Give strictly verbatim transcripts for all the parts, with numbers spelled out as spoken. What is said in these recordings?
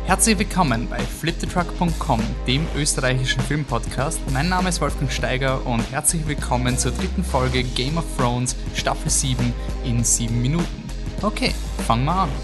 Herzlich willkommen bei flip the truck punkt com, dem österreichischen Filmpodcast. Mein Name ist Wolfgang Steiger und herzlich willkommen zur dritten Folge Game of Thrones Staffel sieben in sieben Minuten. Okay, fangen wir an.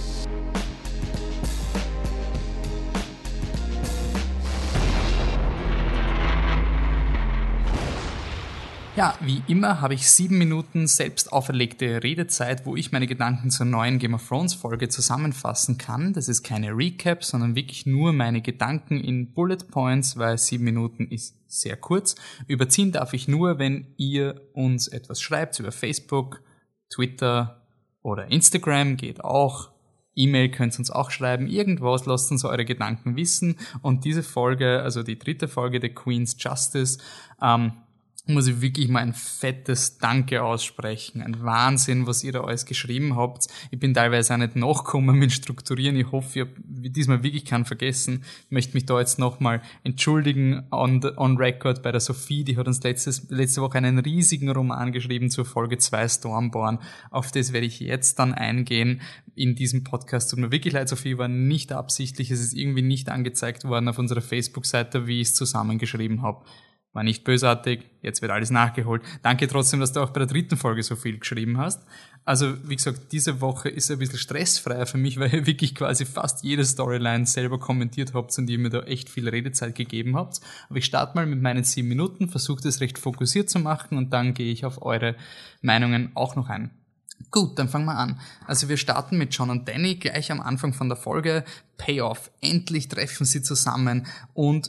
Ja, wie immer habe ich sieben Minuten selbst auferlegte Redezeit, wo ich meine Gedanken zur neuen Game of Thrones Folge zusammenfassen kann. Das ist keine Recap, sondern wirklich nur meine Gedanken in Bullet Points, weil sieben Minuten ist sehr kurz. Überziehen darf ich nur, wenn ihr uns etwas schreibt über Facebook, Twitter oder Instagram, geht auch. E-Mail könnt ihr uns auch schreiben, irgendwas, lasst uns eure Gedanken wissen. Und diese Folge, also die dritte Folge der Queen's Justice, ähm, muss ich wirklich mal ein fettes Danke aussprechen. Ein Wahnsinn, was ihr da alles geschrieben habt. Ich bin teilweise auch nicht nachgekommen mit Strukturieren. Ich hoffe, ich habe diesmal wirklich keinen vergessen. Ich möchte mich da jetzt nochmal entschuldigen on, the, on record bei der Sophie. Die hat uns letztes, letzte Woche einen riesigen Roman geschrieben zur Folge zwei Stormborn. Auf das werde ich jetzt dann eingehen in diesem Podcast. Tut mir wirklich leid, Sophie, war nicht absichtlich. Es ist irgendwie nicht angezeigt worden auf unserer Facebook-Seite, wie ich es zusammengeschrieben habe. War nicht bösartig, jetzt wird alles nachgeholt. Danke trotzdem, dass du auch bei der dritten Folge so viel geschrieben hast. Also, wie gesagt, diese Woche ist ein bisschen stressfreier für mich, weil ihr wirklich quasi fast jede Storyline selber kommentiert habt und ihr mir da echt viel Redezeit gegeben habt. Aber ich starte mal mit meinen sieben Minuten, versuche das recht fokussiert zu machen und dann gehe ich auf eure Meinungen auch noch ein. Gut, dann fangen wir an. Also wir starten mit Jon und Dany gleich am Anfang von der Folge. Payoff. Endlich treffen sie zusammen und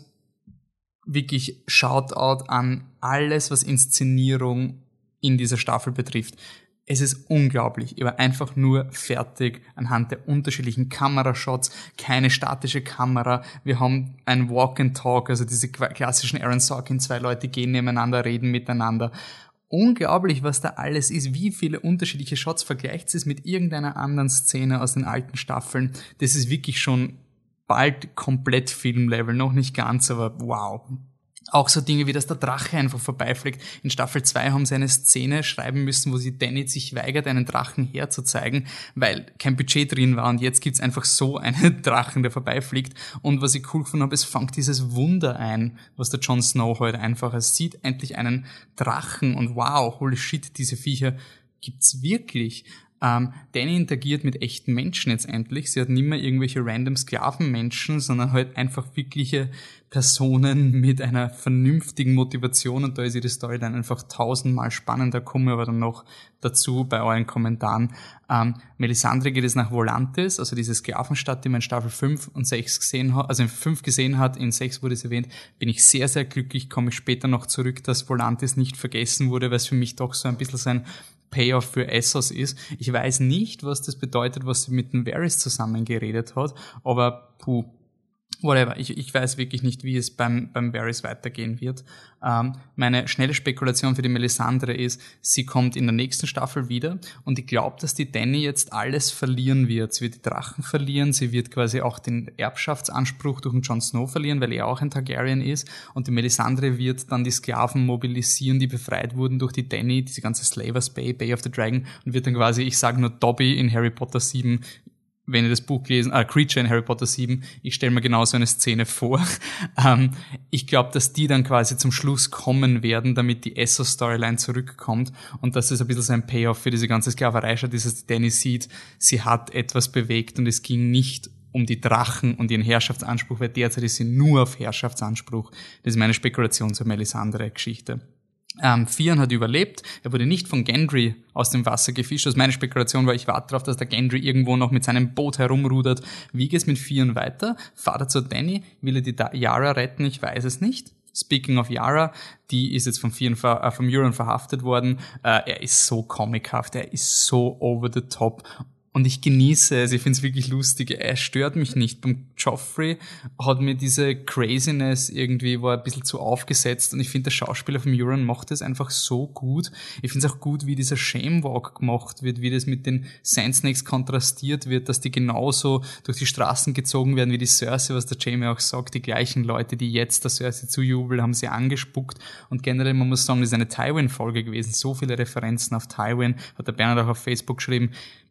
wirklich Shoutout an alles, was Inszenierung in dieser Staffel betrifft. Es ist unglaublich. Ich war einfach nur fertig anhand der unterschiedlichen Kamerashots, keine statische Kamera. Wir haben ein Walk and Talk, also diese klassischen Aaron Sorkin, zwei Leute gehen nebeneinander, reden miteinander. Unglaublich, was da alles ist, wie viele unterschiedliche Shots vergleicht es mit irgendeiner anderen Szene aus den alten Staffeln. Das ist wirklich schon bald komplett Filmlevel, noch nicht ganz, aber wow. Auch so Dinge wie, dass der Drache einfach vorbeifliegt. In Staffel zwei haben sie eine Szene schreiben müssen, wo sie Dany sich weigert, einen Drachen herzuzeigen, weil kein Budget drin war und jetzt gibt's einfach so einen Drachen, der vorbeifliegt. Und was ich cool gefunden habe, es fängt dieses Wunder ein, was der Jon Snow heute einfach, er sieht endlich einen Drachen und wow, holy shit, diese Viecher gibt's wirklich. Ähm, Dany interagiert mit echten Menschen jetzt endlich. Sie hat nicht mehr irgendwelche random Sklavenmenschen, sondern halt einfach wirkliche Personen mit einer vernünftigen Motivation und da ist ihre Storyline einfach tausendmal spannender. Kommen wir aber dann noch dazu bei euren Kommentaren. Ähm, Melisandre geht es nach Volantis, also diese Sklavenstadt, die man in Staffel fünf und sechs gesehen hat, also in fünf gesehen hat, in sechs wurde es erwähnt, bin ich sehr, sehr glücklich, komme ich später noch zurück, dass Volantis nicht vergessen wurde, weil es für mich doch so ein bisschen so ein Payoff für Essos ist. Ich weiß nicht, was das bedeutet, was sie mit dem Varys zusammen geredet hat, aber puh, whatever. Ich, ich weiß wirklich nicht, wie es beim, beim Varys weitergehen wird. Ähm, meine schnelle Spekulation für die Melisandre ist, sie kommt in der nächsten Staffel wieder und ich glaube, dass die Dany jetzt alles verlieren wird. Sie wird die Drachen verlieren, sie wird quasi auch den Erbschaftsanspruch durch den Jon Snow verlieren, weil er auch ein Targaryen ist und die Melisandre wird dann die Sklaven mobilisieren, die befreit wurden durch die Dany, diese ganze Slavers Bay, Bay of the Dragon und wird dann quasi, ich sage nur Dobby in Harry Potter sieben, wenn ihr das Buch gelesen, äh, Creature in Harry Potter sieben, ich stelle mir genau so eine Szene vor. ähm, ich glaube, dass die dann quasi zum Schluss kommen werden, damit die Essos-Storyline zurückkommt und dass es ein bisschen so ein Payoff für diese ganze Sklaverei schaut, dass Dany sieht, sie hat etwas bewegt und es ging nicht um die Drachen und ihren Herrschaftsanspruch, weil derzeit ist sie nur auf Herrschaftsanspruch. Das ist meine Spekulation zur Melisandre-Geschichte. Ähm, Theon hat überlebt, er wurde nicht von Gendry aus dem Wasser gefischt, also meine Spekulation war, ich warte darauf, dass der Gendry irgendwo noch mit seinem Boot herumrudert. Wie geht's mit Theon weiter? Vater zu Dany, will er die Yara retten? Ich weiß es nicht. Speaking of Yara, die ist jetzt vom Theon, äh, vom Euron verhaftet worden. Äh, er ist so comichaft, er ist so over the top. Und ich genieße es, ich finde es wirklich lustig, er stört mich nicht. Beim Joffrey hat mir diese Craziness irgendwie, war ein bisschen zu aufgesetzt und ich finde, der Schauspieler von Euron macht es einfach so gut. Ich finde es auch gut, wie dieser Shamewalk gemacht wird, wie das mit den Sand Snakes kontrastiert wird, dass die genauso durch die Straßen gezogen werden wie die Cersei, was der Jaime auch sagt, die gleichen Leute, die jetzt der Cersei zujubeln, haben sie angespuckt und generell, man muss sagen, das ist eine Tywin-Folge gewesen, so viele Referenzen auf Tywin, hat der Bernhard auch auf Facebook geschrieben.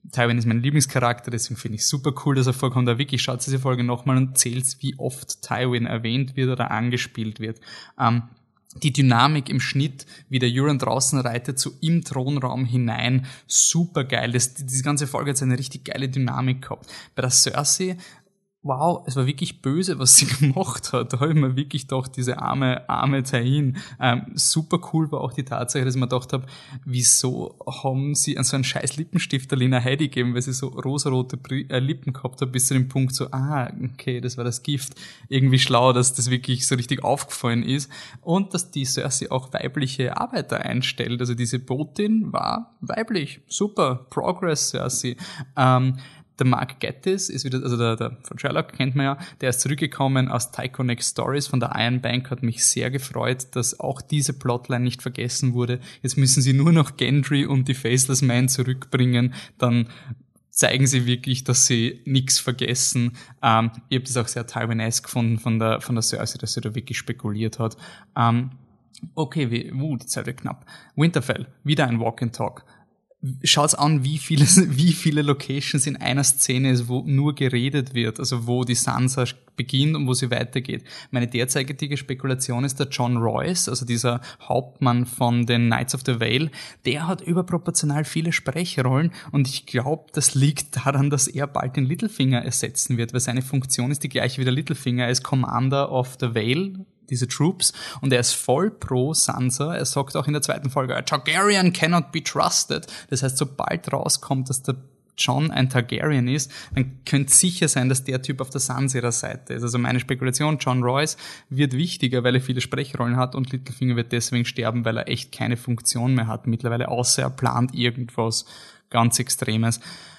Tywin ist mein Lieblingscharakter, deswegen finde ich super cool, dass er vorkommt. Da wirklich schaut diese Folge nochmal und zählt, wie oft Tywin erwähnt wird oder angespielt wird. Ähm, Die Dynamik im Schnitt, wie der Euron draußen reitet, so im Thronraum hinein, super geil. Das, diese ganze Folge hat so eine richtig geile Dynamik gehabt. Bei der Cersei, wow, es war wirklich böse, was sie gemacht hat. Da habe ich mir wirklich gedacht, diese arme, arme Tahin. Ähm, super cool war auch die Tatsache, dass ich mir gedacht habe, wieso haben sie so einen scheiß Lippenstift der Lena Headey gegeben, weil sie so rosarote äh, Lippen gehabt hat, bis zu dem Punkt so, ah, okay, das war das Gift. Irgendwie schlau, dass das wirklich so richtig aufgefallen ist. Und dass die Cersei auch weibliche Arbeiter einstellt. Also diese Botin war weiblich. Super. Progress, Cersei. Ähm, Der Mark Gatiss ist wieder, also der, der von Sherlock kennt man ja, der ist zurückgekommen aus Tycho Next Stories von der Iron Bank, hat mich sehr gefreut, dass auch diese Plotline nicht vergessen wurde. Jetzt müssen sie nur noch Gendry und die Faceless Man zurückbringen, dann zeigen sie wirklich, dass sie nichts vergessen. Ähm, ich habe das auch sehr Tywin-esque gefunden von der, von der Cersei, dass sie da wirklich spekuliert hat. Ähm, okay, wie, uh, die Zeit wird knapp. Winterfell, wieder ein Walk and Talk. Schaut's an, wie viele, wie viele Locations in einer Szene ist, wo nur geredet wird, also wo die Sansa beginnt und wo sie weitergeht. Meine derzeitige Spekulation ist der John Royce, also dieser Hauptmann von den Knights of the Vale, der hat überproportional viele Sprechrollen und ich glaube, das liegt daran, dass er bald den Littlefinger ersetzen wird, weil seine Funktion ist die gleiche wie der Littlefinger. Er ist Commander of the Vale, diese Troops, und er ist voll pro Sansa. Er sagt auch in der zweiten Folge, a Targaryen cannot be trusted. Das heißt, sobald rauskommt, dass der John ein Targaryen ist, dann könnt sicher sein, dass der Typ auf der Sansa ihrer Seite ist. Also meine Spekulation, John Royce wird wichtiger, weil er viele Sprechrollen hat und Littlefinger wird deswegen sterben, weil er echt keine Funktion mehr hat mittlerweile, außer er plant irgendwas ganz Extremes.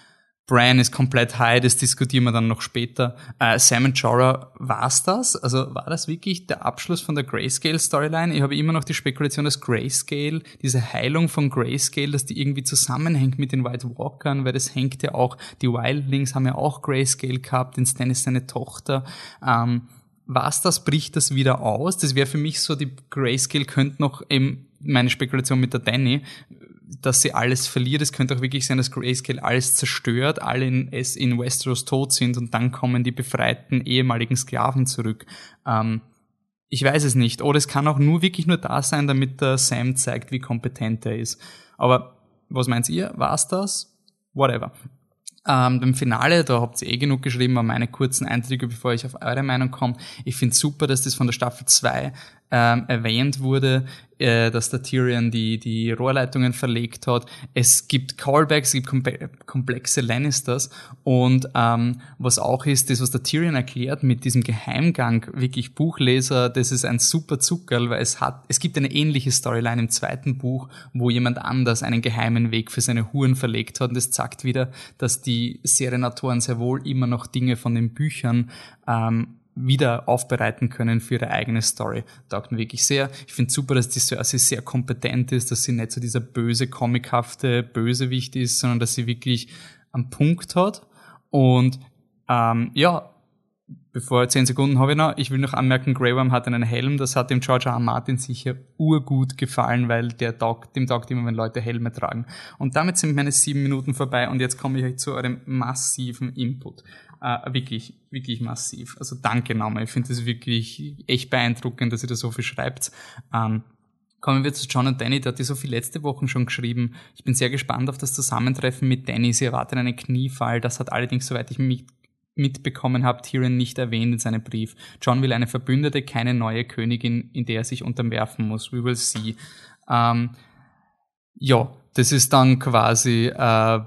Bran ist komplett high, das diskutieren wir dann noch später. Äh, Sam und Jorah, war's das? Also war das wirklich der Abschluss von der Grayscale-Storyline? Ich habe immer noch die Spekulation, dass Grayscale, diese Heilung von Grayscale, dass die irgendwie zusammenhängt mit den White Walkern, weil das hängt ja auch, die Wildlings haben ja auch Grayscale gehabt, den Stan ist seine Tochter. Ähm, war's das, bricht das wieder aus? Das wäre für mich so, die Grayscale könnte noch eben, meine Spekulation mit der Dany, dass sie alles verliert. Es könnte auch wirklich sein, dass Grayscale alles zerstört, alle in, in Westeros tot sind und dann kommen die befreiten ehemaligen Sklaven zurück. Ähm, ich weiß es nicht. Oder es kann auch nur wirklich nur da sein, damit der Sam zeigt, wie kompetent er ist. Aber was meint ihr? War's das? Whatever. Ähm, beim Finale, da habt ihr eh genug geschrieben, aber meine kurzen Eindrücke, bevor ich auf eure Meinung komme. Ich finde super, dass das von der Staffel zwei ähm, erwähnt wurde, äh, dass der Tyrion die die Rohrleitungen verlegt hat. Es gibt Callbacks, es gibt komple- komplexe Lannisters und ähm, was auch ist, das, was der Tyrion erklärt mit diesem Geheimgang, wirklich Buchleser, das ist ein super Zuckerl, weil es hat, es gibt eine ähnliche Storyline im zweiten Buch, wo jemand anders einen geheimen Weg für seine Huren verlegt hat und das zeigt wieder, dass die Serienautoren sehr wohl immer noch Dinge von den Büchern ähm, wieder aufbereiten können für ihre eigene Story. Taugt mir wirklich sehr. Ich finde super, dass die Cersei sehr kompetent ist, dass sie nicht so dieser böse, comichafte Bösewicht ist, sondern dass sie wirklich einen Punkt hat. Und ähm, ja, bevor zehn Sekunden habe ich noch, ich will noch anmerken, Grey Worm hat einen Helm, das hat dem George R. R. Martin sicher urgut gefallen, weil der taugt, dem taugt immer, wenn Leute Helme tragen. Und damit sind meine sieben Minuten vorbei und jetzt komme ich euch zu eurem massiven Input. Uh, wirklich, wirklich massiv. Also danke nochmal. Ich finde das wirklich echt beeindruckend, dass ihr da so viel schreibt. Um, kommen wir zu John und Dany. Der hat die so viel letzte Woche schon geschrieben. Ich bin sehr gespannt auf das Zusammentreffen mit Dany. Sie erwartet einen Kniefall. Das hat allerdings, soweit ich mich mitbekommen habe, Tyrion nicht erwähnt in seinem Brief. John will eine Verbündete, keine neue Königin, in der er sich unterwerfen muss. We will see. Um, ja, das ist dann quasi uh,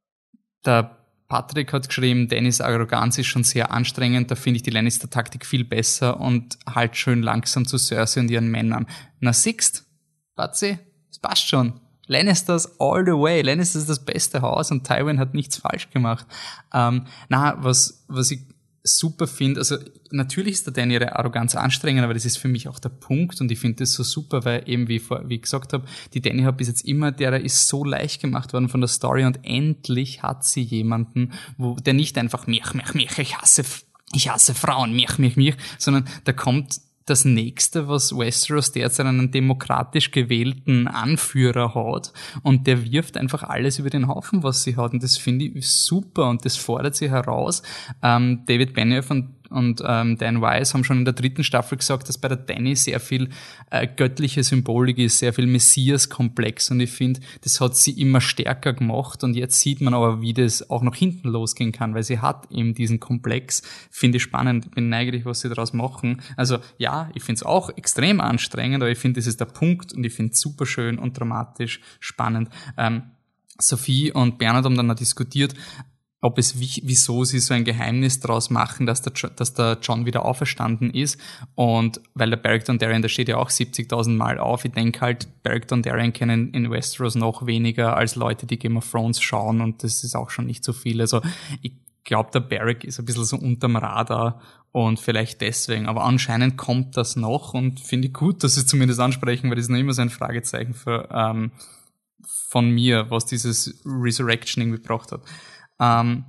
der Patrick hat geschrieben, Dannys Arroganz ist schon sehr anstrengend, da finde ich die Lannister-Taktik viel besser und halt schön langsam zu Cersei und ihren Männern. Na siehst, Batzi, das passt schon. Lannisters all the way. Lannisters ist das beste Haus und Tywin hat nichts falsch gemacht. Ähm, na, was, was ich super finde, also natürlich ist der Dany ihre Arroganz anstrengend, aber das ist für mich auch der Punkt und ich finde das so super, weil eben, wie ich, vor, wie ich gesagt habe, die Dany hat bis jetzt immer, der ist so leicht gemacht worden von der Story und endlich hat sie jemanden, wo der nicht einfach mich, mich, mich, ich hasse, ich hasse Frauen, mich, mich, mich, sondern da kommt das Nächste, was Westeros derzeit einen demokratisch gewählten Anführer hat, und der wirft einfach alles über den Haufen, was sie hat, und das finde ich super und das fordert sie heraus. Ähm, David Benioff und und ähm, Dan Weiss haben schon in der dritten Staffel gesagt, dass bei der Dany sehr viel äh, göttliche Symbolik ist, sehr viel Messias-Komplex, und ich finde, das hat sie immer stärker gemacht, und jetzt sieht man aber, wie das auch nach hinten losgehen kann, weil sie hat eben diesen Komplex. Finde ich spannend, bin neugierig, was sie daraus machen. Also ja, ich finde es auch extrem anstrengend, aber ich finde, das ist der Punkt, und ich finde es super schön und dramatisch spannend. Ähm, Sophie und Bernhard haben dann noch diskutiert, ob es, wieso sie so ein Geheimnis draus machen, dass der, dass der Jon wieder auferstanden ist. Und weil der Beric Dondarrion, der steht ja auch siebzigtausend Mal auf. Ich denke halt, Beric Dondarrion kennen in Westeros noch weniger als Leute, die Game of Thrones schauen, und das ist auch schon nicht so viel. Also ich glaube, der Beric ist ein bisschen so unterm Radar und vielleicht deswegen. Aber anscheinend kommt das noch, und finde ich gut, dass sie es zumindest ansprechen, weil das ist noch immer so ein Fragezeichen für, ähm, von mir, was dieses Resurrection irgendwie gebracht hat. Ähm,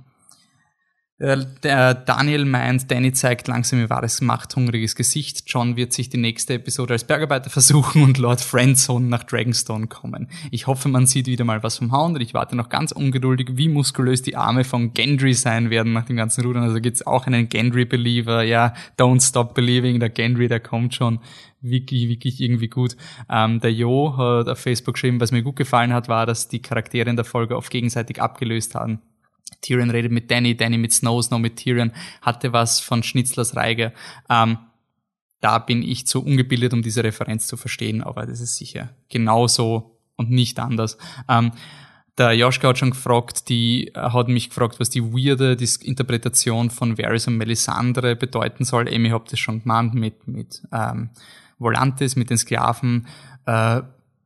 der Daniel meint, Dany zeigt langsam ihr wahres machthungriges Gesicht. Jon wird sich die nächste Episode als Bergarbeiter versuchen und Lord Friendzone nach Dragonstone kommen. Ich hoffe, man sieht wieder mal was vom Hound, und ich warte noch ganz ungeduldig, wie muskulös die Arme von Gendry sein werden nach dem ganzen Rudern. Also gibt's auch einen Gendry-Believer. Ja, don't stop believing, der Gendry, der kommt schon. Wirklich, wirklich irgendwie gut. Ähm, der Jo hat auf Facebook geschrieben, was mir gut gefallen hat, war, dass die Charaktere in der Folge oft gegenseitig abgelöst haben. Tyrion redet mit Dany, Dany mit Snow, Snow mit Tyrion, hatte was von Schnitzlers Reiger. Ähm, da bin ich zu ungebildet, um diese Referenz zu verstehen, aber das ist sicher genauso und nicht anders. Ähm, der Joschka hat schon gefragt, die hat mich gefragt, was die weirde die Interpretation von Varys und Melisandre bedeuten soll. Amy hat das schon gemeint mit mit ähm, Volantis, mit den Sklaven. Äh,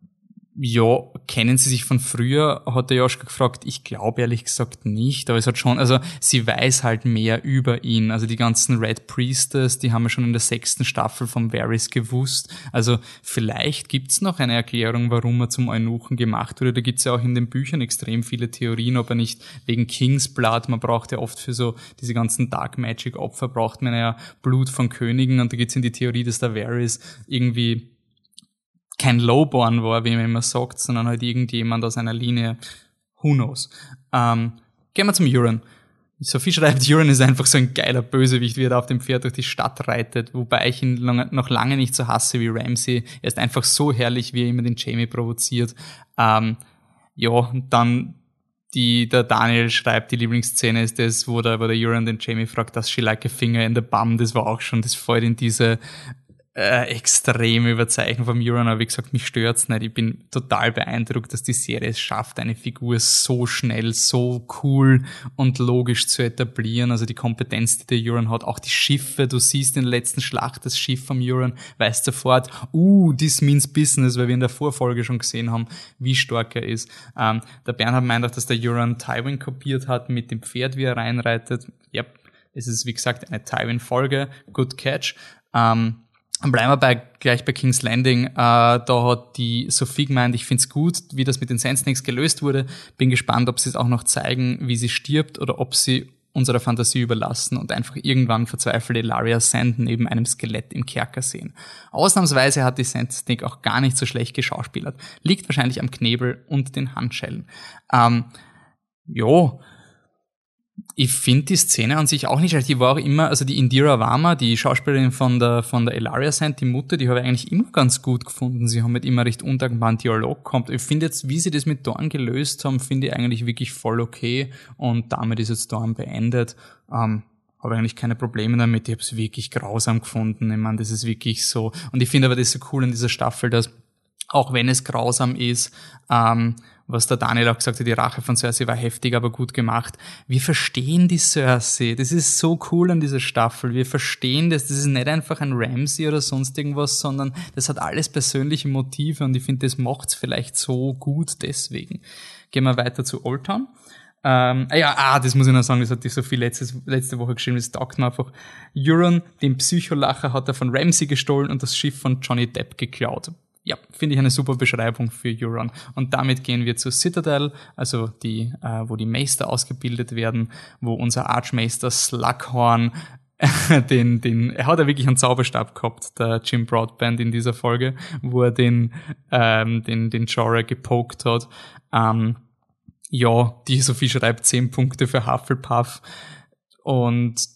Ja, kennen Sie sich von früher, hat der Joschka gefragt. Ich glaube ehrlich gesagt nicht, aber es hat schon, also sie weiß halt mehr über ihn. Also die ganzen Red Priestess, die haben wir schon in der sechsten Staffel von Varys gewusst. Also vielleicht gibt's noch eine Erklärung, warum er zum Eunuchen gemacht wurde. Da gibt's ja auch in den Büchern extrem viele Theorien, ob er nicht wegen King's Blood, man braucht ja oft für so diese ganzen Dark Magic Opfer, braucht man ja Blut von Königen, und da geht's in die Theorie, dass der Varys irgendwie kein Lowborn war, wie man immer sagt, sondern halt irgendjemand aus einer Linie. Who knows? Ähm, gehen wir zum Euron. Sophie schreibt, Euron ist einfach so ein geiler Bösewicht, wie er da auf dem Pferd durch die Stadt reitet, wobei ich ihn lange, noch lange nicht so hasse wie Ramsay. Er ist einfach so herrlich, wie er immer den Jaime provoziert. Ähm, ja, dann die, der Daniel schreibt, die Lieblingsszene ist das, wo der, wo der Euron den Jaime fragt, does she like a finger in the bum? Das war auch schon, das fällt in diese Äh, extreme Überzeichnung vom Euron, aber wie gesagt, mich stört's nicht. Ich bin total beeindruckt, dass die Serie es schafft, eine Figur so schnell, so cool und logisch zu etablieren. Also die Kompetenz, die der Euron hat, auch die Schiffe, du siehst in der letzten Schlacht das Schiff vom Euron, weißt sofort, uh, this means business, weil wir in der Vorfolge schon gesehen haben, wie stark er ist. Ähm, der Bernhard meint auch, dass der Euron Tywin kopiert hat mit dem Pferd, wie er reinreitet. Ja, es ist, wie gesagt, eine Tywin-Folge, good catch. Ähm, Dann bleiben wir bei, gleich bei King's Landing. Äh, da hat die Sophie gemeint, ich find's gut, wie das mit den Sand Snakes gelöst wurde. Bin gespannt, ob sie es auch noch zeigen, wie sie stirbt, oder ob sie unserer Fantasie überlassen und einfach irgendwann verzweifelte Ilaria Sand neben einem Skelett im Kerker sehen. Ausnahmsweise hat die Sand Snake auch gar nicht so schlecht geschauspielert. Liegt wahrscheinlich am Knebel und den Handschellen. Ähm, jo, ich finde die Szene an sich auch nicht schlecht. Die war auch immer, also die Indira Varma, die Schauspielerin von der von der Ilaria Sand, die Mutter, die habe ich eigentlich immer ganz gut gefunden. Sie haben mit immer recht undankbaren Dialog gehabt. Ich finde jetzt, wie sie das mit Dorn gelöst haben, finde ich eigentlich wirklich voll okay. Und damit ist jetzt Dorn beendet. Ähm, habe eigentlich keine Probleme damit. Ich habe es wirklich grausam gefunden. Ich meine, das ist wirklich so. Und ich finde aber das so cool in dieser Staffel, dass auch wenn es grausam ist, ähm, was der Daniel auch gesagt hat, die Rache von Cersei war heftig, aber gut gemacht. Wir verstehen die Cersei. Das ist so cool an dieser Staffel. Wir verstehen das. Das ist nicht einfach ein Ramsay oder sonst irgendwas, sondern das hat alles persönliche Motive, und ich finde, das macht's vielleicht so gut deswegen. Gehen wir weiter zu Old Town. Ähm, ja, ah, das muss ich noch sagen, das hat die Sophie letztes, letzte Woche geschrieben, das taugt mir einfach. Euron, den Psycholacher, hat er von Ramsay gestohlen und das Schiff von Johnny Depp geklaut. Ja, finde ich eine super Beschreibung für Euron. Und damit gehen wir zur Citadel, also die, äh, wo die Meister ausgebildet werden, wo unser Archmeister Slughorn den, den, er hat ja wirklich einen Zauberstab gehabt, der Jim Broadbent in dieser Folge, wo er den, ähm, den, den Jorah gepokt hat. Ähm, ja, die Sophie schreibt zehn Punkte für Hufflepuff und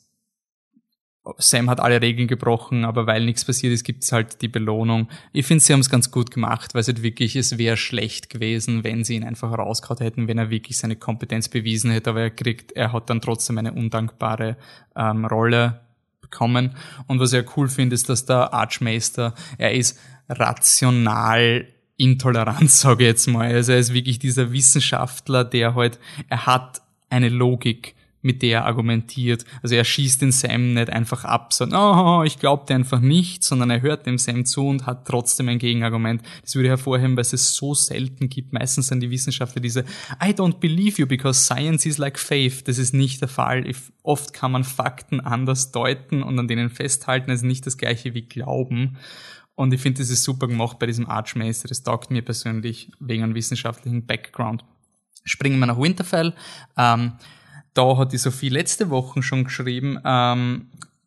Sam hat alle Regeln gebrochen, aber weil nichts passiert ist, gibt's halt die Belohnung. Ich finde, sie haben es ganz gut gemacht, weil es halt wirklich, es wäre schlecht gewesen, wenn sie ihn einfach rausgehauen hätten, wenn er wirklich seine Kompetenz bewiesen hätte, aber er kriegt, er hat dann trotzdem eine undankbare ähm, Rolle bekommen. Und was ich ja cool finde, ist, dass der Archmaester, er ist rational intolerant, sage ich jetzt mal. Also er ist wirklich dieser Wissenschaftler, der halt, er hat eine Logik, mit der er argumentiert. Also er schießt den Sam nicht einfach ab, so, oh, ich glaub dir einfach nicht, sondern er hört dem Sam zu und hat trotzdem ein Gegenargument. Das würde ich hervorheben, weil es es so selten gibt. Meistens sind die Wissenschaftler diese I don't believe you because science is like faith. Das ist nicht der Fall. Oft kann man Fakten anders deuten und an denen festhalten. Das ist nicht das Gleiche wie Glauben. Und ich finde, das ist super gemacht bei diesem Archmaester. Das taugt mir persönlich wegen einem wissenschaftlichen Background. Springen wir nach Winterfell. Ähm, Da hat die Sophie letzte Woche schon geschrieben, ähm,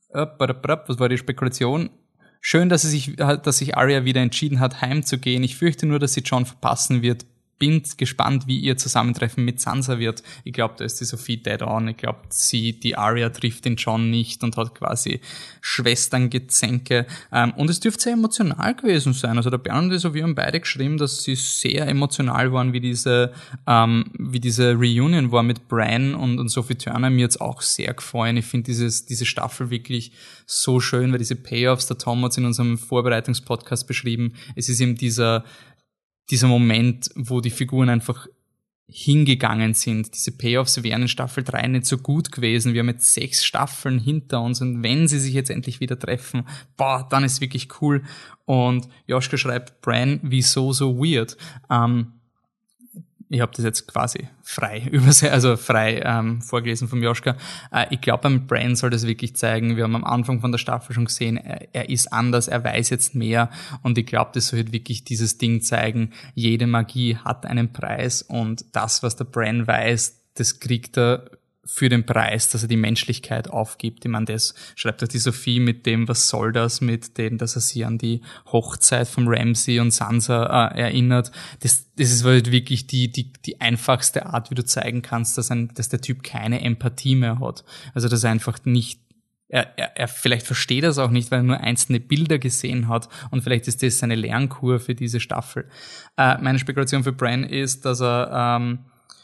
was war die Spekulation? Schön, dass sie sich, dass sich Arya wieder entschieden hat, heimzugehen. Ich fürchte nur, dass sie Jon verpassen wird. Bin gespannt, wie ihr Zusammentreffen mit Sansa wird. Ich glaube, da ist die Sophie dead on. Ich glaube, sie, die Arya trifft den Jon nicht und hat quasi Schwesterngezänke. Ähm, und es dürfte sehr emotional gewesen sein. Also der Bernd und die Sophie haben beide geschrieben, dass sie sehr emotional waren, wie diese, ähm, wie diese Reunion war mit Bran und, und Sophie Turner. Mir hat's auch sehr gefallen. Ich finde dieses, diese Staffel wirklich so schön, weil diese Payoffs, der Tom hat's in unserem Vorbereitungspodcast beschrieben. Es ist eben dieser, dieser Moment, wo die Figuren einfach hingegangen sind. Diese Payoffs wären in Staffel drei nicht so gut gewesen. Wir haben jetzt sechs Staffeln hinter uns und wenn sie sich jetzt endlich wieder treffen, boah, dann ist wirklich cool. Und Joschka schreibt, Bran, wieso so weird? Ähm, ich habe das jetzt quasi frei übersetzt, also frei ähm, vorgelesen vom Joschka. Äh, ich glaube, beim Bran soll das wirklich zeigen. Wir haben am Anfang von der Staffel schon gesehen, er, er ist anders, er weiß jetzt mehr und ich glaube, das soll halt wirklich dieses Ding zeigen, jede Magie hat einen Preis und das, was der Bran weiß, das kriegt er für den Preis, dass er die Menschlichkeit aufgibt. Ich meine, das schreibt auch die Sophie mit dem, was soll das, mit dem, dass er sie an die Hochzeit von Ramsay und Sansa äh, erinnert. Das, das ist halt wirklich die, die, die einfachste Art, wie du zeigen kannst, dass ein, dass der Typ keine Empathie mehr hat. Also, dass er einfach nicht, er, er, er vielleicht versteht das auch nicht, weil er nur einzelne Bilder gesehen hat und vielleicht ist das seine Lernkur für diese Staffel. Äh, meine Spekulation für Bran ist, dass er, ähm,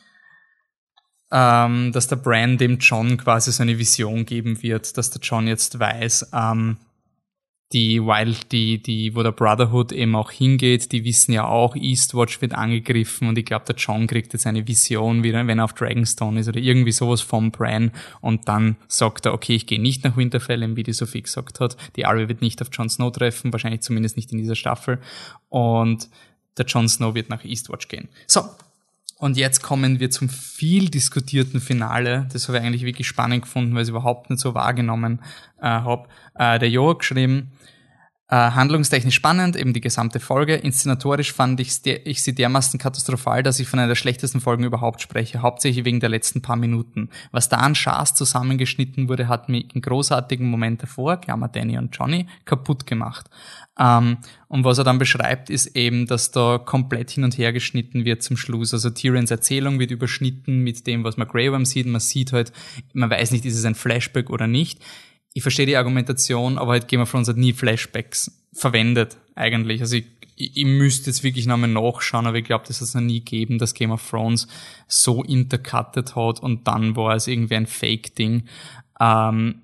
Ähm, dass der Bran dem Jon quasi so eine Vision geben wird, dass der Jon jetzt weiß, ähm, die Wild, die, die, wo der Brotherhood eben auch hingeht, die wissen ja auch, Eastwatch wird angegriffen und ich glaube, der Jon kriegt jetzt eine Vision wieder, wenn er auf Dragonstone ist oder irgendwie sowas vom Bran und dann sagt er, okay, ich gehe nicht nach Winterfell, wie die Sophie gesagt hat, die Arya wird nicht auf Jon Snow treffen, wahrscheinlich zumindest nicht in dieser Staffel und der Jon Snow wird nach Eastwatch gehen. So. Und jetzt kommen wir zum viel diskutierten Finale. Das habe ich eigentlich wirklich spannend gefunden, weil ich es überhaupt nicht so wahrgenommen äh, habe. Äh, der Jo hat geschrieben, äh, handlungstechnisch spannend, eben die gesamte Folge. Inszenatorisch fand ich, ich sie dermaßen katastrophal, dass ich von einer der schlechtesten Folgen überhaupt spreche, hauptsächlich wegen der letzten paar Minuten. Was da an Schars zusammengeschnitten wurde, hat mich in großartigen Moment davor, Klammer Danny und Johnny, kaputt gemacht. Um, und was er dann beschreibt, ist eben, dass da komplett hin und her geschnitten wird zum Schluss. Also Tyrions Erzählung wird überschnitten mit dem, was man Grey Worm sieht. Man sieht halt, man weiß nicht, ist es ein Flashback oder nicht. Ich verstehe die Argumentation, aber halt Game of Thrones hat nie Flashbacks verwendet, eigentlich. Also ich, ich, ich müsste jetzt wirklich nochmal nachschauen, aber ich glaube, das hat es noch nie gegeben, dass Game of Thrones so intercutted hat und dann war es irgendwie ein Fake-Ding. Um,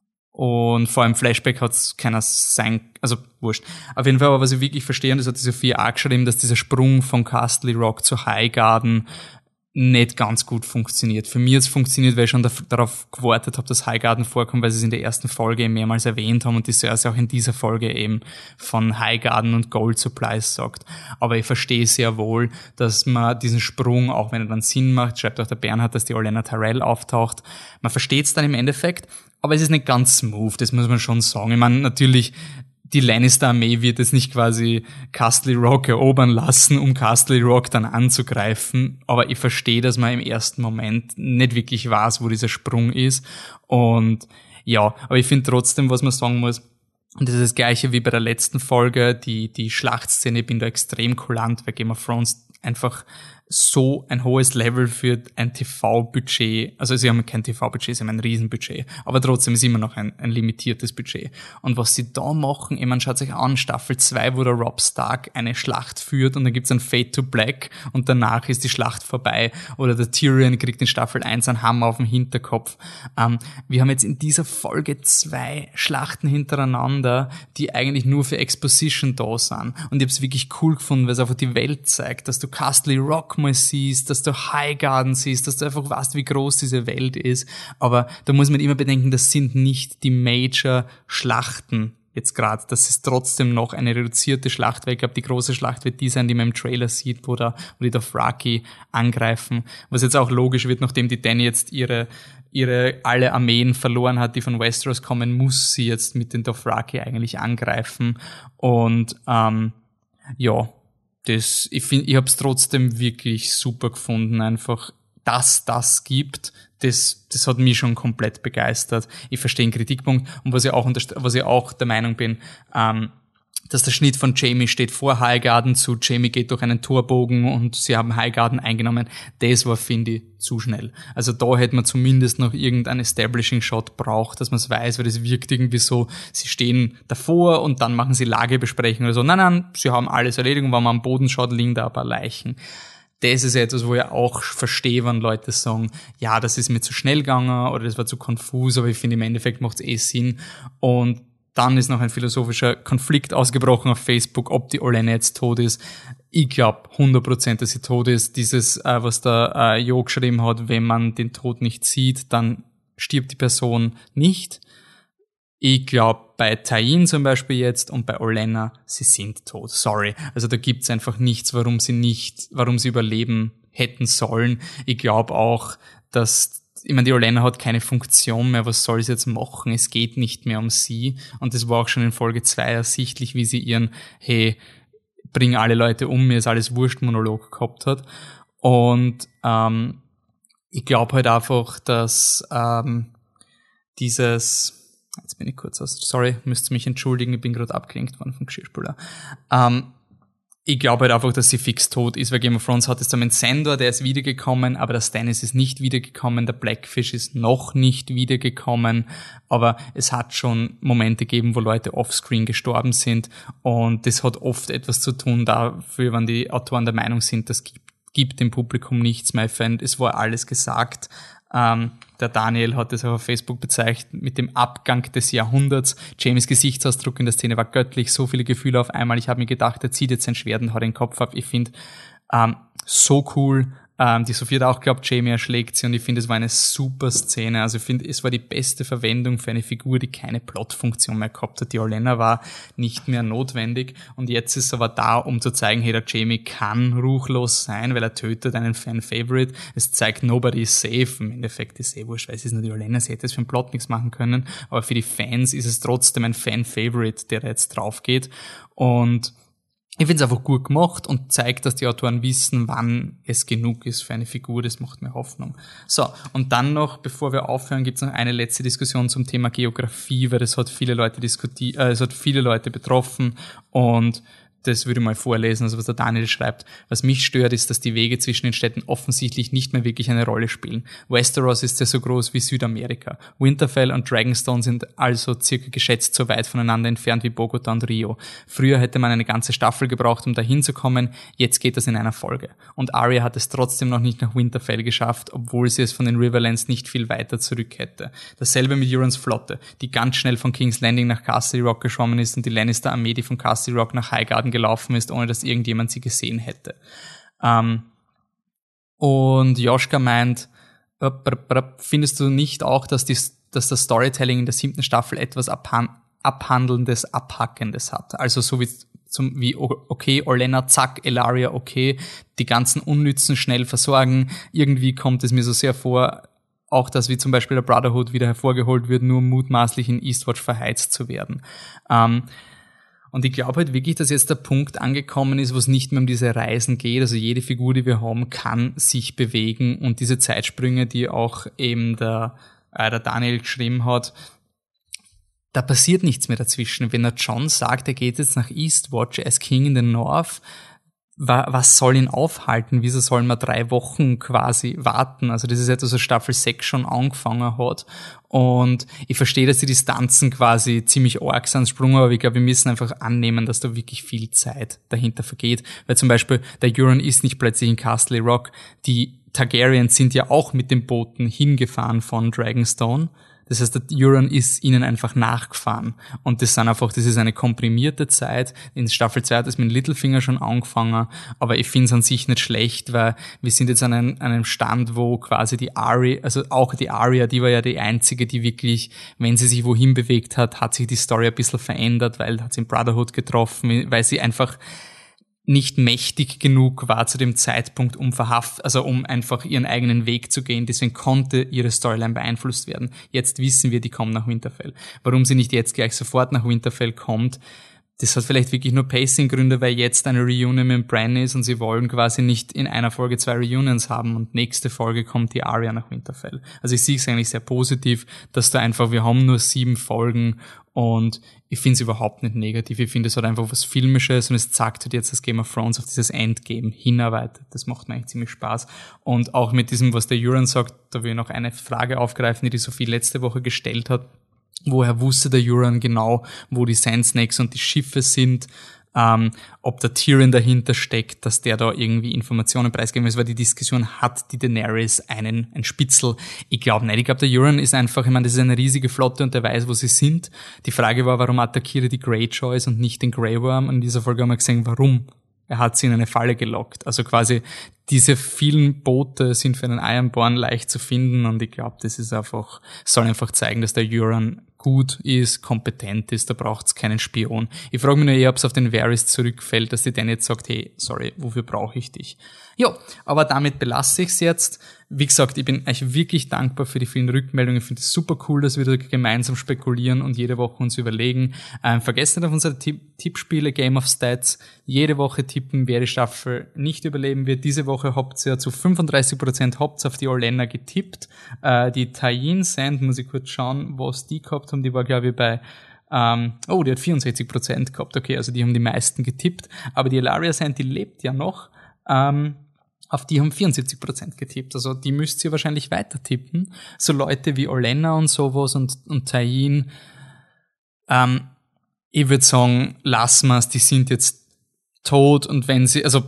Und vor allem Flashback hat's keiner sein, also wurscht. Auf jeden Fall, aber was ich wirklich verstehe, und das hat die Sophie auch geschrieben, dass dieser Sprung von Castle Rock zu Highgarden nicht ganz gut funktioniert. Für mich hat's funktioniert, weil ich schon da, darauf gewartet habe, dass Highgarden vorkommt, weil sie es in der ersten Folge eben mehrmals erwähnt haben und die Cersei auch in dieser Folge eben von Highgarden und Gold Supplies sagt. Aber ich verstehe sehr wohl, dass man diesen Sprung, auch wenn er dann Sinn macht, schreibt auch der Bernhard, dass die Olenna Tyrell auftaucht, man versteht's dann im Endeffekt, aber es ist nicht ganz smooth, das muss man schon sagen. Ich meine, natürlich, die Lannister-Armee wird jetzt nicht quasi Castle Rock erobern lassen, um Castle Rock dann anzugreifen, aber ich verstehe, dass man im ersten Moment nicht wirklich weiß, wo dieser Sprung ist und ja, aber ich finde trotzdem, was man sagen muss, und das ist das Gleiche wie bei der letzten Folge, die, die Schlachtszene, ich bin da extrem kulant, weil Game of Thrones einfach so ein hohes Level für ein T V-Budget, also sie haben kein T V-Budget, sie haben ein Riesenbudget, aber trotzdem ist immer noch ein, ein limitiertes Budget. Und was sie da machen, ich meine, schaut euch an, Staffel zwei, wo der Robb Stark eine Schlacht führt und dann gibt's ein Fade to Black und danach ist die Schlacht vorbei. Oder der Tyrion kriegt in Staffel eins einen Hammer auf den Hinterkopf. Ähm, wir haben jetzt in dieser Folge zwei Schlachten hintereinander, die eigentlich nur für Exposition da sind. Und ich hab's wirklich cool gefunden, weil es einfach die Welt zeigt, dass du Castle Rock mal siehst, dass du Highgarden siehst, dass du einfach weißt, wie groß diese Welt ist. Aber da muss man immer bedenken, das sind nicht die Major-Schlachten jetzt gerade. Das ist trotzdem noch eine reduzierte Schlacht, weil ich glaube, die große Schlacht wird die sein, die man im Trailer sieht, wo, da, wo die Dothraki angreifen. Was jetzt auch logisch wird, nachdem die Dany jetzt ihre ihre alle Armeen verloren hat, die von Westeros kommen, muss sie jetzt mit den Dothraki eigentlich angreifen. Und ähm, ja, Das, ich finde, ich habe es trotzdem wirklich super gefunden, einfach, dass das gibt, das, das hat mich schon komplett begeistert. Ich verstehe den Kritikpunkt und was ich auch, unterst- was ich auch der Meinung bin, ähm, dass der Schnitt von Jaime steht vor Highgarden zu Jaime geht durch einen Torbogen und sie haben Highgarden eingenommen. Das war, finde ich, zu schnell. Also da hätte man zumindest noch irgendeinen Establishing-Shot braucht, dass man es weiß, weil das wirkt irgendwie so, sie stehen davor und dann machen sie Lagebesprechungen oder so. Nein, nein, sie haben alles erledigt und wenn man am Boden schaut, liegen da ein paar Leichen. Das ist etwas, wo ich auch verstehe, wenn Leute sagen, ja, das ist mir zu schnell gegangen oder das war zu konfus, aber ich finde, im Endeffekt macht es eh Sinn. Und dann ist noch ein philosophischer Konflikt ausgebrochen auf Facebook, ob die Olenna jetzt tot ist. Ich glaube hundert Prozent, dass sie tot ist. Dieses, äh, was der äh, Jo geschrieben hat, wenn man den Tod nicht sieht, dann stirbt die Person nicht. Ich glaube, bei Tyene zum Beispiel jetzt und bei Olenna, sie sind tot. Sorry. Also da gibt's einfach nichts, warum sie nicht, warum sie überleben hätten sollen. Ich glaube auch, dass ich meine, die Olenna hat keine Funktion mehr, was soll sie jetzt machen? Es geht nicht mehr um sie. Und das war auch schon in Folge zwei ersichtlich, wie sie ihren, hey, bring alle Leute um, mir ist alles wurscht Monolog gehabt hat. Und ähm, ich glaube halt einfach, dass ähm, dieses, jetzt bin ich kurz aus, sorry, müsst ihr mich entschuldigen, ich bin gerade abgelenkt worden vom Geschirrspüler. Ähm, Ich glaube halt einfach, dass sie fix tot ist, weil Game of Thrones hat jetzt einen Sandor, der ist wiedergekommen, aber der Stannis ist nicht wiedergekommen, der Blackfish ist noch nicht wiedergekommen, aber es hat schon Momente gegeben, wo Leute offscreen gestorben sind und das hat oft etwas zu tun dafür, wenn die Autoren der Meinung sind, das gibt, gibt dem Publikum nichts mehr. Ich fand, es war alles gesagt. Ähm, der Daniel hat es auf Facebook bezeichnet mit dem Abgang des Jahrhunderts. Jamies Gesichtsausdruck in der Szene war göttlich, so viele Gefühle auf einmal. Ich habe mir gedacht, er zieht jetzt sein Schwert und haut den Kopf ab. Ich finde, ähm, so cool. Ähm, die Sophie hat auch geglaubt, Jaime erschlägt sie und ich finde, es war eine super Szene. Also ich finde, es war die beste Verwendung für eine Figur, die keine Plotfunktion mehr gehabt hat. Die Olenna war nicht mehr notwendig und jetzt ist sie aber da, um zu zeigen, hey, der Jaime kann ruchlos sein, weil er tötet einen Fan-Favorite. Es zeigt, nobody is safe. Im Endeffekt ist eh wurscht, weil es ist nur die Olenna, sie hätte jetzt für den Plot nichts machen können, aber für die Fans ist es trotzdem ein Fan-Favorite, der da jetzt drauf geht und ich finde es einfach gut gemacht und zeigt, dass die Autoren wissen, wann es genug ist für eine Figur. Das macht mir Hoffnung. So, und dann noch, bevor wir aufhören, gibt es noch eine letzte Diskussion zum Thema Geografie, weil das hat viele Leute diskutiert, äh, es hat viele Leute betroffen und das würde ich mal vorlesen, also was der Daniel schreibt. Was mich stört, ist, dass die Wege zwischen den Städten offensichtlich nicht mehr wirklich eine Rolle spielen. Westeros ist ja so groß wie Südamerika. Winterfell und Dragonstone sind also circa geschätzt so weit voneinander entfernt wie Bogota und Rio. Früher hätte man eine ganze Staffel gebraucht, um dahin zu kommen. Jetzt geht das in einer Folge. Und Arya hat es trotzdem noch nicht nach Winterfell geschafft, obwohl sie es von den Riverlands nicht viel weiter zurück hätte. Dasselbe mit Eurons Flotte, die ganz schnell von King's Landing nach Castle Rock geschwommen ist und die Lannister-Armee, die von Castle Rock nach Highgarden gelaufen ist, ohne dass irgendjemand sie gesehen hätte. Ähm, und Joschka meint, findest du nicht auch, dass, die, dass das Storytelling in der siebten Staffel etwas abhan- Abhandelndes, Abhackendes hat? Also so wie, zum, wie okay, Olenna, zack, Ellaria, okay, die ganzen Unnützen schnell versorgen. Irgendwie kommt es mir so sehr vor, auch dass wie zum Beispiel der Brotherhood wieder hervorgeholt wird, nur mutmaßlich in Eastwatch verheizt zu werden. Ähm, Und ich glaube halt wirklich, dass jetzt der Punkt angekommen ist, wo es nicht mehr um diese Reisen geht. Also jede Figur, die wir haben, kann sich bewegen. Und diese Zeitsprünge, die auch eben der, äh, der Daniel geschrieben hat, da passiert nichts mehr dazwischen. Wenn der Jon sagt, er geht jetzt nach Eastwatch as King in the North, was soll ihn aufhalten? Wieso sollen wir drei Wochen quasi warten? Also das ist etwas, was Staffel sechs schon angefangen hat. Und ich verstehe, dass die Distanzen quasi ziemlich arg sind, Sprung, aber ich glaube, wir müssen einfach annehmen, dass da wirklich viel Zeit dahinter vergeht. Weil zum Beispiel der Euron ist nicht plötzlich in Castle Rock. Die Targaryens sind ja auch mit den Booten hingefahren von Dragonstone. Das heißt, der Euron ist ihnen einfach nachgefahren. Und das sind einfach, das ist eine komprimierte Zeit. In Staffel zwei hat es mit Littlefinger schon angefangen. Aber ich finde es an sich nicht schlecht, weil wir sind jetzt an einem, an einem Stand, wo quasi die Arya, also auch die Arya, die war ja die einzige, die wirklich, wenn sie sich wohin bewegt hat, hat sich die Story ein bisschen verändert, weil hat sie in Brotherhood getroffen, weil sie einfach nicht mächtig genug war zu dem Zeitpunkt, um verhaft, also um einfach ihren eigenen Weg zu gehen. Deswegen konnte ihre Storyline beeinflusst werden. Jetzt wissen wir, die kommt nach Winterfell. Warum sie nicht jetzt gleich sofort nach Winterfell kommt, das hat vielleicht wirklich nur Pacing-Gründe, weil jetzt eine Reunion mit Bran ist und sie wollen quasi nicht in einer Folge zwei Reunions haben und nächste Folge kommt die Arya nach Winterfell. Also ich sehe es eigentlich sehr positiv, dass da einfach, wir haben nur sieben Folgen und ich finde es überhaupt nicht negativ. Ich finde, es hat einfach was Filmisches und es zeigt halt jetzt das Game of Thrones auf dieses Endgame hinarbeitet. Das macht mir eigentlich ziemlich Spaß. Und auch mit diesem, was der Euron sagt, da will ich noch eine Frage aufgreifen, die die Sophie letzte Woche gestellt hat. Woher wusste der Euron genau, wo die Sand Snakes und die Schiffe sind, ähm, ob der Tyrion dahinter steckt, dass der da irgendwie Informationen preisgeben will, weil die Diskussion, hat die Daenerys einen, einen Spitzel? Ich glaube nicht. Ich glaube, der Euron ist einfach, ich meine, das ist eine riesige Flotte und der weiß, wo sie sind. Die Frage war, warum attackiere die Greyjoys und nicht den Grey Worm? Und in dieser Folge haben wir gesehen, warum. Er hat sie in eine Falle gelockt. Also quasi diese vielen Boote sind für einen Ironborn leicht zu finden und ich glaube, das ist einfach, soll einfach zeigen, dass der Euron gut ist, kompetent ist, da braucht's keinen Spion. Ich frage mich nur eher, ob es auf den Varys zurückfällt, dass die dann jetzt sagt, hey, sorry, wofür brauche ich dich? Ja, aber damit belasse ich es jetzt. Wie gesagt, ich bin euch wirklich dankbar für die vielen Rückmeldungen. Ich finde es super cool, dass wir da gemeinsam spekulieren und jede Woche uns überlegen. Ähm, vergesst nicht auf unsere Tipp- Tippspiele, Game of Stats. Jede Woche tippen, wer die Staffel nicht überleben wird. Diese Woche habt ihr zu fünfunddreißig Prozent habt auf die Olenna getippt. Äh, die Tayin Sand, muss ich kurz schauen, was die gehabt haben. Die war, glaube ich, bei ähm, oh, die hat vierundsechzig Prozent gehabt. Okay, also die haben die meisten getippt. Aber die Ellaria Sand, die lebt ja noch. Ähm, Auf die haben vierundsiebzig Prozent getippt. Also die müsst ihr wahrscheinlich weiter tippen. So Leute wie Olenna und sowas und, und Tayin. Ähm, ich würde sagen, lassen wir's, die sind jetzt tot und wenn sie, also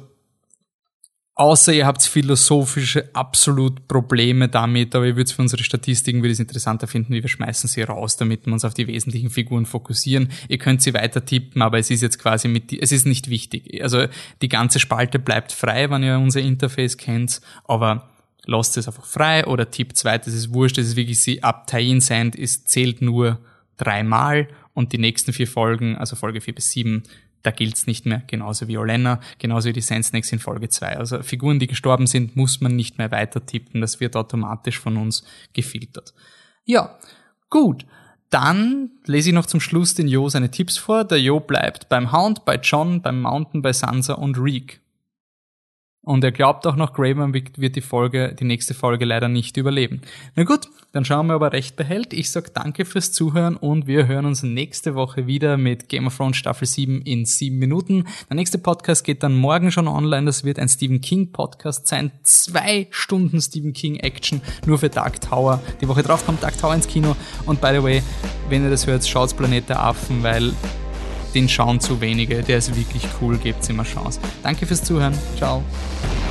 außer ihr habt philosophische absolut Probleme damit, aber ich würde es für unsere Statistiken würde es interessanter finden, wie wir schmeißen sie raus, damit wir uns auf die wesentlichen Figuren fokussieren. Ihr könnt sie weiter tippen, aber es ist jetzt quasi mit, es ist nicht wichtig. Also die ganze Spalte bleibt frei, wenn ihr unser Interface kennt, aber lasst es einfach frei oder tippt zweit, das ist wurscht, das ist wirklich sie, ab Tayin Sand ist, zählt nur dreimal und die nächsten vier Folgen, also Folge vier bis sieben, da gilt's nicht mehr, genauso wie Olenna, genauso wie die Sand Snakes in Folge zwei. Also Figuren, die gestorben sind, muss man nicht mehr weiter tippen, das wird automatisch von uns gefiltert. Ja, gut. Dann lese ich noch zum Schluss den Jo seine Tipps vor. Der Jo bleibt beim Hound, bei Jon, beim Mountain, bei Sansa und Reek. Und er glaubt auch noch, Grey Worm wird die Folge, die nächste Folge leider nicht überleben. Na gut, dann schauen wir, ob er recht behält. Ich sag danke fürs Zuhören und wir hören uns nächste Woche wieder mit Game of Thrones Staffel sieben in sieben Minuten. Der nächste Podcast geht dann morgen schon online. Das wird ein Stephen King Podcast sein. Zwei Stunden Stephen King Action nur für Dark Tower. Die Woche drauf kommt Dark Tower ins Kino. Und by the way, wenn ihr das hört, schaut's Planet der Affen, weil den schauen zu wenige. Der ist wirklich cool, gebt's ihm eine Chance. Danke fürs Zuhören. Ciao.